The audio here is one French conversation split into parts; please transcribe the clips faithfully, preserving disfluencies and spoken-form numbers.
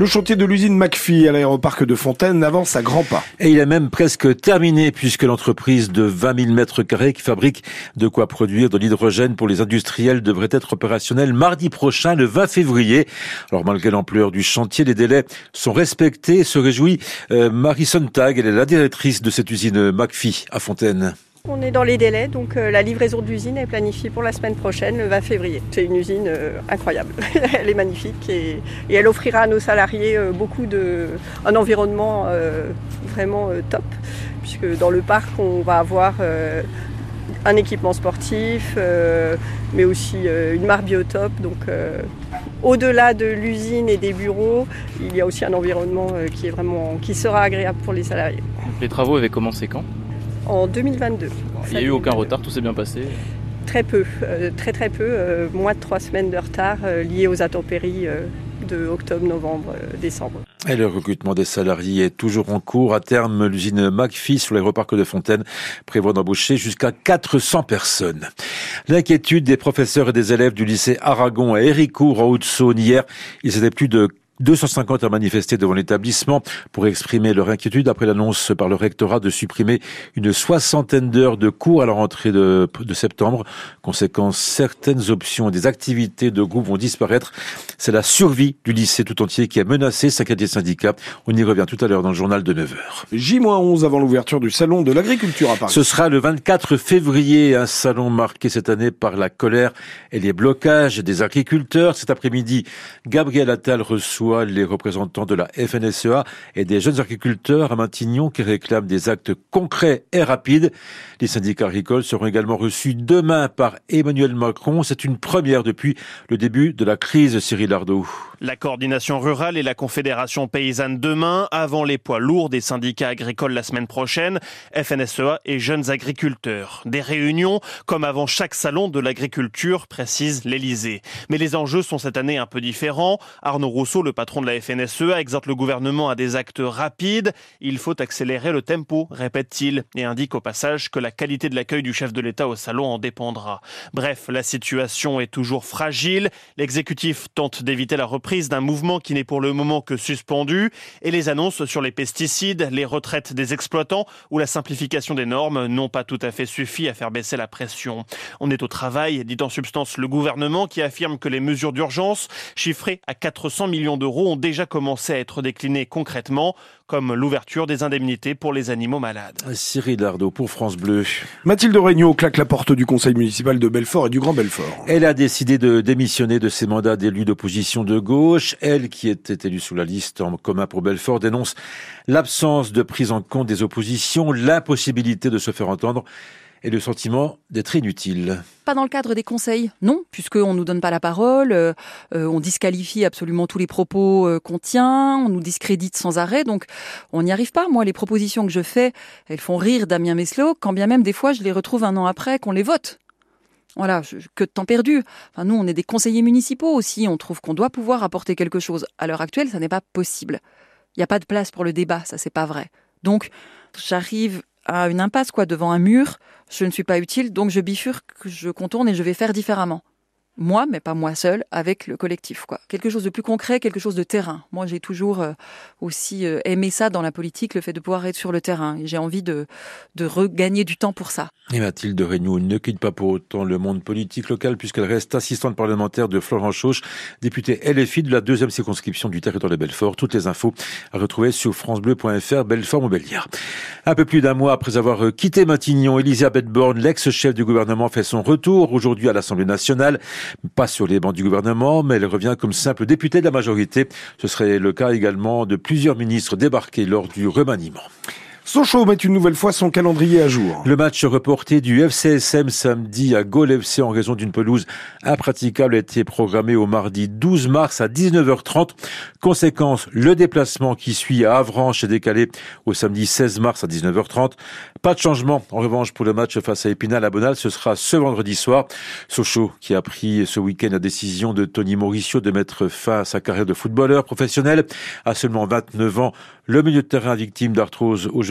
Le chantier de l'usine McPhy à l'aéroparc de Fontaine avance à grands pas. Et il est même presque terminé puisque l'entreprise de vingt mille mètres carrés qui fabrique de quoi produire de l'hydrogène pour les industriels devrait être opérationnelle mardi prochain, le vingt février. Alors malgré l'ampleur du chantier, les délais sont respectés, se réjouit euh, Marie Sontag, elle est la directrice de cette usine McPhy à Fontaine. On est dans les délais, donc euh, la livraison de l'usine est planifiée pour la semaine prochaine, le vingt février. C'est une usine euh, incroyable, elle est magnifique et, et elle offrira à nos salariés euh, beaucoup de, un environnement euh, vraiment euh, top, puisque dans le parc on va avoir euh, un équipement sportif, euh, mais aussi euh, une mare biotope. Donc euh, au-delà de l'usine et des bureaux, il y a aussi un environnement euh, qui est vraiment, qui sera agréable pour les salariés. Les travaux avaient commencé quand ? En deux mille vingt-deux. Il n'y a eu aucun retard, tout s'est bien passé ? Très peu, euh, très très peu, euh, moins de trois semaines de retard euh, liés aux intempéries euh, de octobre, novembre, euh, décembre. Et le recrutement des salariés est toujours en cours. À terme, l'usine McPhy sur l'aéroparc de Fontaine prévoit d'embaucher jusqu'à quatre cents personnes. L'inquiétude des professeurs et des élèves du lycée Aragon à Héricourt en Haute-Saône hier, ils étaient plus de deux cent cinquante à manifester devant l'établissement pour exprimer leur inquiétude après l'annonce par le rectorat de supprimer une soixantaine d'heures de cours à la rentrée de, de septembre. Conséquence, certaines options et des activités de groupe vont disparaître. C'est la survie du lycée tout entier qui est menacée, s'inquiètent les syndicats. On y revient tout à l'heure dans le journal de neuf heures. J onze avant l'ouverture du salon de l'agriculture à Paris. Ce sera le vingt-quatre février, un salon marqué cette année par la colère et les blocages des agriculteurs. Cet après-midi, Gabriel Attal reçoit les représentants de la F N S E A et des jeunes agriculteurs à Matignon qui réclament des actes concrets et rapides. Les syndicats agricoles seront également reçus demain par Emmanuel Macron. C'est une première depuis le début de la crise, Cyril Ardo. La coordination rurale et la confédération paysanne demain, avant les poids lourds des syndicats agricoles la semaine prochaine, F N S E A et jeunes agriculteurs. Des réunions comme avant chaque salon de l'agriculture, précise l'Élysée. Mais les enjeux sont cette année un peu différents. Arnaud Rousseau, le patron de la F N S E A, exhorte le gouvernement à des actes rapides. Il faut accélérer le tempo, répète-t-il, et indique au passage que la qualité de l'accueil du chef de l'État au salon en dépendra. Bref, la situation est toujours fragile. L'exécutif tente d'éviter la reprise d'un mouvement qui n'est pour le moment que suspendu, et les annonces sur les pesticides, les retraites des exploitants ou la simplification des normes n'ont pas tout à fait suffi à faire baisser la pression. On est au travail, dit en substance le gouvernement, qui affirme que les mesures d'urgence, chiffrées à quatre cents millions d'euros, ont déjà commencé à être déclinées concrètement, comme l'ouverture des indemnités pour les animaux malades. Cyril Ardo pour France Bleu. Mathilde Regnault claque la porte du conseil municipal de Belfort et du Grand Belfort. Elle a décidé de démissionner de ses mandats d'élue d'opposition de gauche. Elle, qui était élue sous la liste en commun pour Belfort, dénonce l'absence de prise en compte des oppositions, l'impossibilité de se faire entendre et le sentiment d'être inutile. Pas dans le cadre des conseils, non, puisqu'on ne nous donne pas la parole, euh, on disqualifie absolument tous les propos euh, qu'on tient, on nous discrédite sans arrêt, donc on n'y arrive pas. Moi, les propositions que je fais, elles font rire Damien Meslot, quand bien même des fois je les retrouve un an après qu'on les vote. Voilà, je, que de temps perdu. Enfin, nous, on est des conseillers municipaux aussi, on trouve qu'on doit pouvoir apporter quelque chose. À l'heure actuelle, ça n'est pas possible. Il n'y a pas de place pour le débat, ça c'est pas vrai. Donc, j'arrive à une impasse, quoi, devant un mur, je ne suis pas utile, donc je bifurque, je contourne et je vais faire différemment. Moi, mais pas moi seule, avec le collectif, quoi. Quelque chose de plus concret, quelque chose de terrain. Moi, j'ai toujours euh, aussi euh, aimé ça dans la politique, le fait de pouvoir être sur le terrain. Et j'ai envie de, de regagner du temps pour ça. Et Mathilde Regnault ne quitte pas pour autant le monde politique local, puisqu'elle reste assistante parlementaire de Florent Chauche, députée L F I de la deuxième circonscription du territoire de Belfort. Toutes les infos à retrouver sur francebleu point f r, Belfort-Montbéliard. Un peu plus d'un mois après avoir quitté Matignon, Elisabeth Borne, l'ex-chef du gouvernement, fait son retour aujourd'hui à l'Assemblée nationale. Pas sur les bancs du gouvernement, mais elle revient comme simple députée de la majorité. Ce serait le cas également de plusieurs ministres débarqués lors du remaniement. Sochaux met une nouvelle fois son calendrier à jour. Le match reporté du F C S M samedi à Gaulle F C en raison d'une pelouse impraticable a été programmé au mardi douze mars à dix-neuf heures trente. Conséquence, le déplacement qui suit à Avranches est décalé au samedi seize mars à dix-neuf heures trente. Pas de changement, en revanche, pour le match face à Épinal à Bonal, ce sera ce vendredi soir. Sochaux, qui a pris ce week-end la décision de Tony Mauricio de mettre fin à sa carrière de footballeur professionnel, à seulement vingt-neuf ans. Le milieu de terrain victime d'arthrose au genou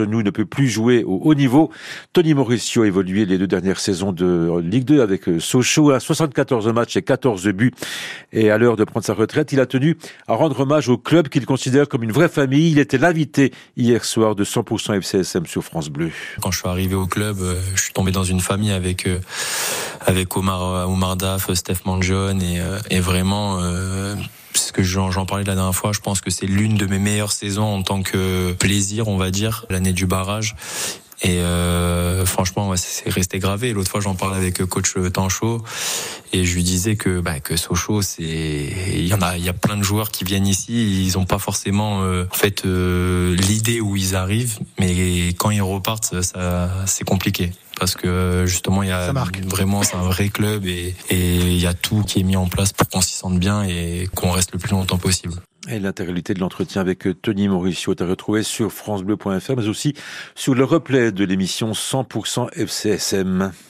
genou, ne peut plus jouer au haut niveau. Tony Mauricio a évolué les deux dernières saisons de Ligue deux avec Sochaux, à soixante-quatorze matchs et quatorze buts. Et à l'heure de prendre sa retraite, il a tenu à rendre hommage au club qu'il considère comme une vraie famille. Il était l'invité hier soir de cent pour cent F C S M sur France Bleu. Quand je suis arrivé au club, je suis tombé dans une famille avec avec Omar Omar Daf, Steph Manjon et, et vraiment euh, ce que j'en, j'en parlais la dernière fois, je pense que c'est l'une de mes meilleures saisons en tant que plaisir, on va dire, l'année du barrage. Et euh, franchement, ouais, c'est resté gravé. L'autre fois, j'en parlais avec coach Tanchot et je lui disais que bah, que Sochaux, c'est il y en a, il y a plein de joueurs qui viennent ici, ils ont pas forcément euh, en fait euh, l'idée où ils arrivent, mais quand ils repartent, ça c'est compliqué. Parce que justement, il y a vraiment, c'est un vrai club et, et il y a tout qui est mis en place pour qu'on s'y sente bien et qu'on reste le plus longtemps possible. Et l'intégralité de l'entretien avec Tony Mauricio est à retrouver sur francebleu point f r, mais aussi sur le replay de l'émission cent pour cent F C S M.